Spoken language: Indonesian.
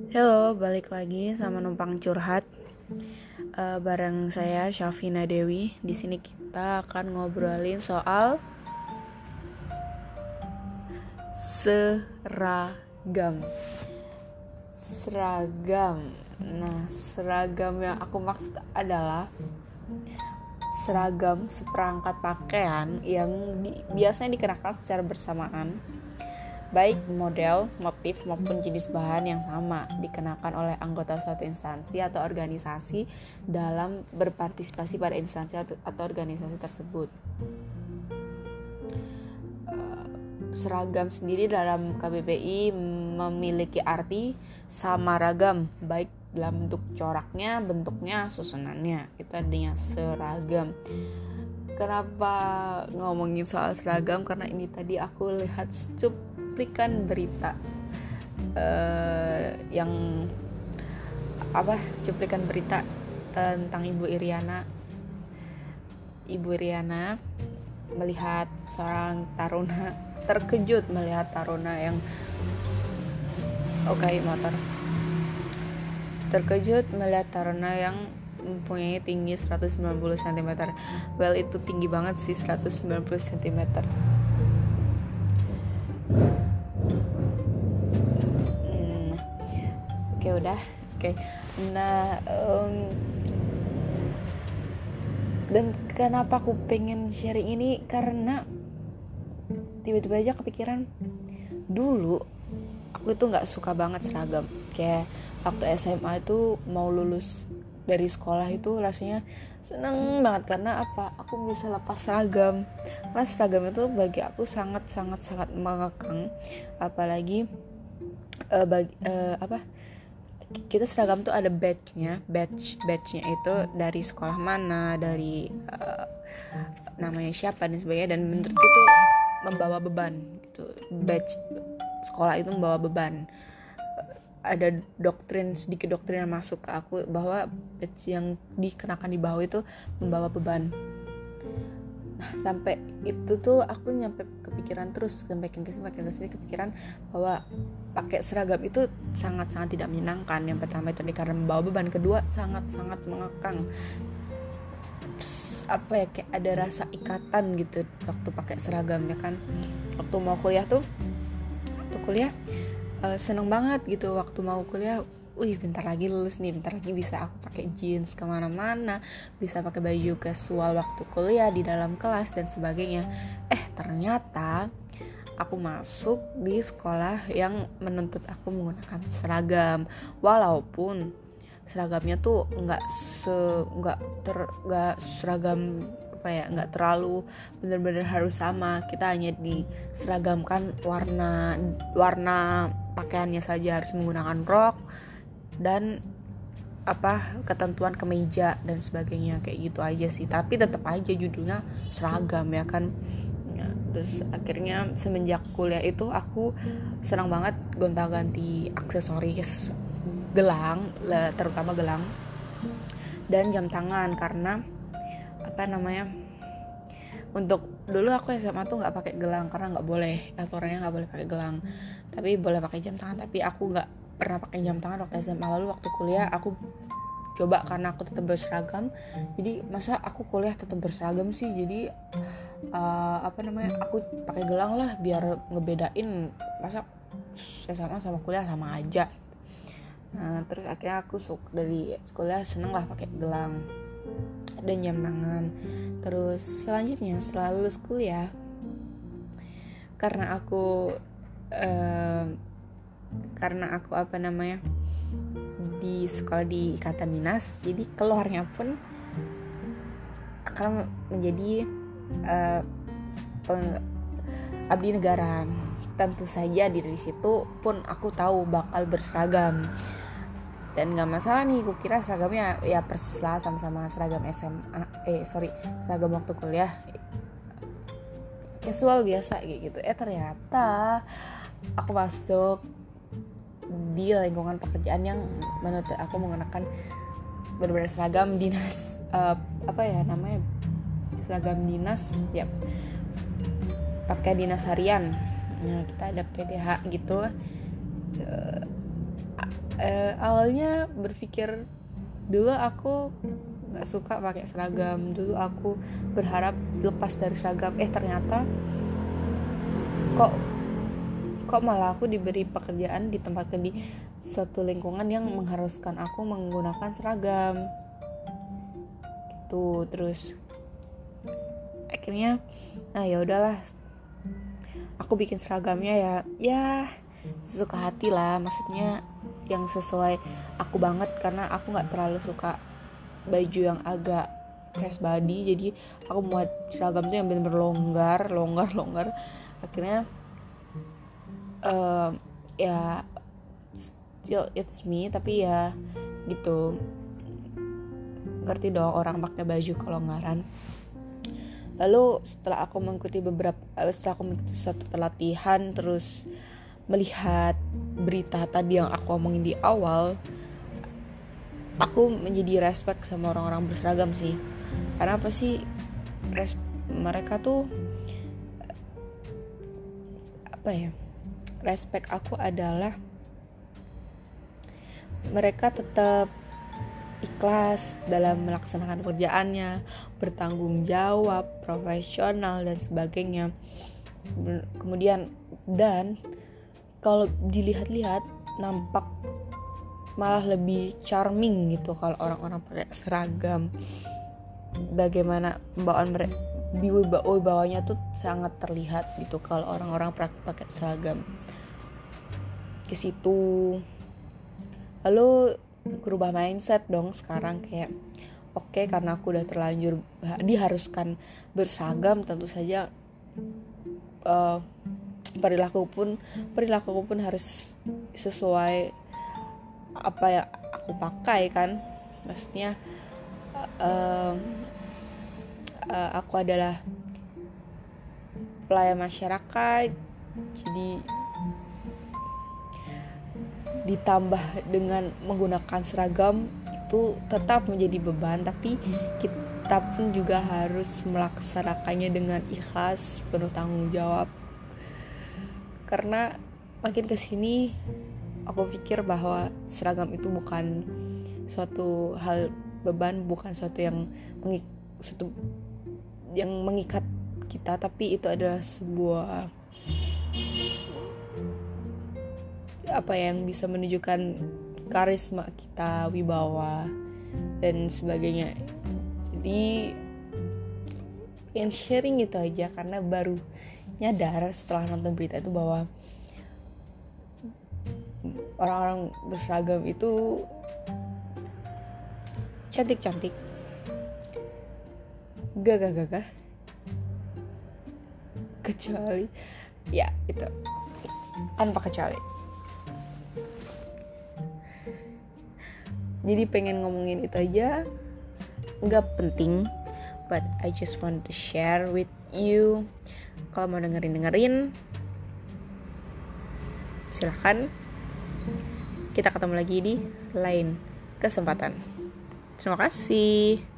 Halo, balik lagi sama numpang curhat bareng saya Syafina Dewi. Di sini kita akan ngobrolin soal seragam. Seragam. Nah, seragam yang aku maksud adalah seragam seperangkat pakaian yang biasanya dikenakan secara bersamaan, baik model, motif, maupun jenis bahan yang sama dikenakan oleh anggota suatu instansi atau organisasi dalam berpartisipasi pada instansi atau organisasi tersebut. Seragam sendiri dalam KBBI memiliki arti sama ragam, baik dalam bentuk coraknya, bentuknya, susunannya. Itu artinya seragam. Kenapa ngomongin soal seragam? Karena ini tadi aku lihat cuplikan berita cuplikan berita tentang Ibu Iriana melihat seorang taruna, terkejut melihat taruna yang terkejut melihat taruna yang mempunyai tinggi 190 cm. Well, itu tinggi banget sih, 190 cm. Oke. Nah, dan kenapa aku pengen sharing ini, karena tiba-tiba aja kepikiran, dulu aku itu nggak suka banget seragam. Kayak waktu SMA itu mau lulus dari sekolah itu rasanya seneng banget, karena apa? Aku bisa lepas seragam. Karena seragam itu bagi aku sangat mengekang. Apalagi kita seragam tuh ada badge-nya itu dari sekolah mana, dari namanya siapa dan sebagainya, dan menurutku itu membawa beban gitu. Badge sekolah itu membawa beban. Ada sedikit doktrin yang masuk ke aku bahwa badge yang dikenakan di bawah itu membawa beban. Nah, sampai itu tuh aku nyampe kepikiran terus, makin kesini kepikiran bahwa pakai seragam itu sangat tidak menyenangkan. Yang pertama itu karena membawa beban, kedua sangat mengekang. Kayak ada rasa ikatan gitu waktu pakai seragam, ya kan. Waktu kuliah seneng banget gitu. Waktu mau kuliah, bentar lagi lulus nih, bentar lagi bisa aku pakai jeans kemana-mana, bisa pakai baju casual waktu kuliah di dalam kelas dan sebagainya. Ternyata aku masuk di sekolah yang menuntut aku menggunakan seragam, walaupun seragamnya tuh nggak seragam nggak terlalu benar-benar harus sama. Kita hanya diseragamkan warna pakaiannya saja, harus menggunakan rok dan ketentuan kemeja dan sebagainya, kayak gitu aja sih. Tapi tetap aja judulnya seragam, ya kan. Terus akhirnya semenjak kuliah itu aku senang banget gonta-ganti aksesoris, terutama gelang dan jam tangan. Karena untuk dulu aku SMA tuh nggak pakai gelang karena nggak boleh, aturannya nggak boleh pakai gelang, tapi boleh pakai jam tangan. Tapi aku nggak pernah pakai jam tangan waktu SMA. Lalu waktu kuliah aku coba, karena aku tetap berseragam, jadi masa aku kuliah tetap berseragam sih. Jadi aku pakai gelang lah biar ngebedain, masa SMA sama kuliah sama aja. Nah, terus akhirnya aku dari kuliah seneng lah pakai gelang dan jam tangan. Terus selanjutnya setelah lulus kuliah, karena aku di sekolah di ikatan dinas, jadi keluarnya pun akan menjadi abdi negara. Tentu saja dari situ pun aku tahu bakal berseragam, dan nggak masalah nih. Kukira seragamnya ya persis lah, sama-sama seragam seragam waktu kuliah, casual biasa kayak gitu. Ternyata aku masuk di lingkungan pekerjaan yang menuntut aku menggunakan benar-benar seragam dinas, seragam dinas, pakai dinas harian. Nah, kita ada PDH gitu. Awalnya berpikir, dulu aku nggak suka pakai seragam, dulu aku berharap lepas dari seragam, ternyata kok malah aku diberi pekerjaan di tempatkan di suatu lingkungan yang mengharuskan aku menggunakan seragam gitu. Terus akhirnya ya udahlah, aku bikin seragamnya ya sesuka hati lah, maksudnya yang sesuai aku banget, karena aku nggak terlalu suka baju yang agak press body, jadi aku buat seragam tuh yang benar-benar longgar. Akhirnya ya still it's me, tapi ya gitu, ngerti dong orang pakai baju kelonggaran. Lalu setelah aku mengikuti satu pelatihan, terus melihat berita tadi yang aku omongin di awal, aku menjadi respect sama orang-orang berseragam sih. Karena apa sih, mereka tuh respect aku adalah mereka tetap ikhlas dalam melaksanakan pekerjaannya, bertanggung jawab, profesional dan sebagainya. Kemudian dan kalau dilihat-lihat nampak malah lebih charming gitu kalau orang-orang pakai seragam. Bagaimana wibawanya tuh sangat terlihat gitu kalau orang-orang pakai seragam ke situ. Lalu berubah mindset dong sekarang, kayak oke, karena aku udah terlanjur diharuskan berseragam, tentu saja perilaku pun harus sesuai apa yang aku pakai kan. Maksudnya aku adalah pelayan masyarakat, jadi ditambah dengan menggunakan seragam itu tetap menjadi beban, tapi kita pun juga harus melaksanakannya dengan ikhlas, penuh tanggung jawab. Karena makin kesini aku pikir bahwa seragam itu bukan suatu hal beban, bukan suatu yang mengikat kita, tapi itu adalah sebuah yang bisa menunjukkan karisma kita, wibawa dan sebagainya. Jadi pengen sharing gitu aja, karena baru nyadar setelah nonton berita itu bahwa orang-orang berseragam itu cantik-cantik, gagah-gagah, kecuali ya itu, tanpa kecuali. Jadi pengen ngomongin itu aja, nggak penting, but I just want to share with you. Kalau mau dengerin silahkan. Kita ketemu lagi di lain kesempatan. Terima kasih.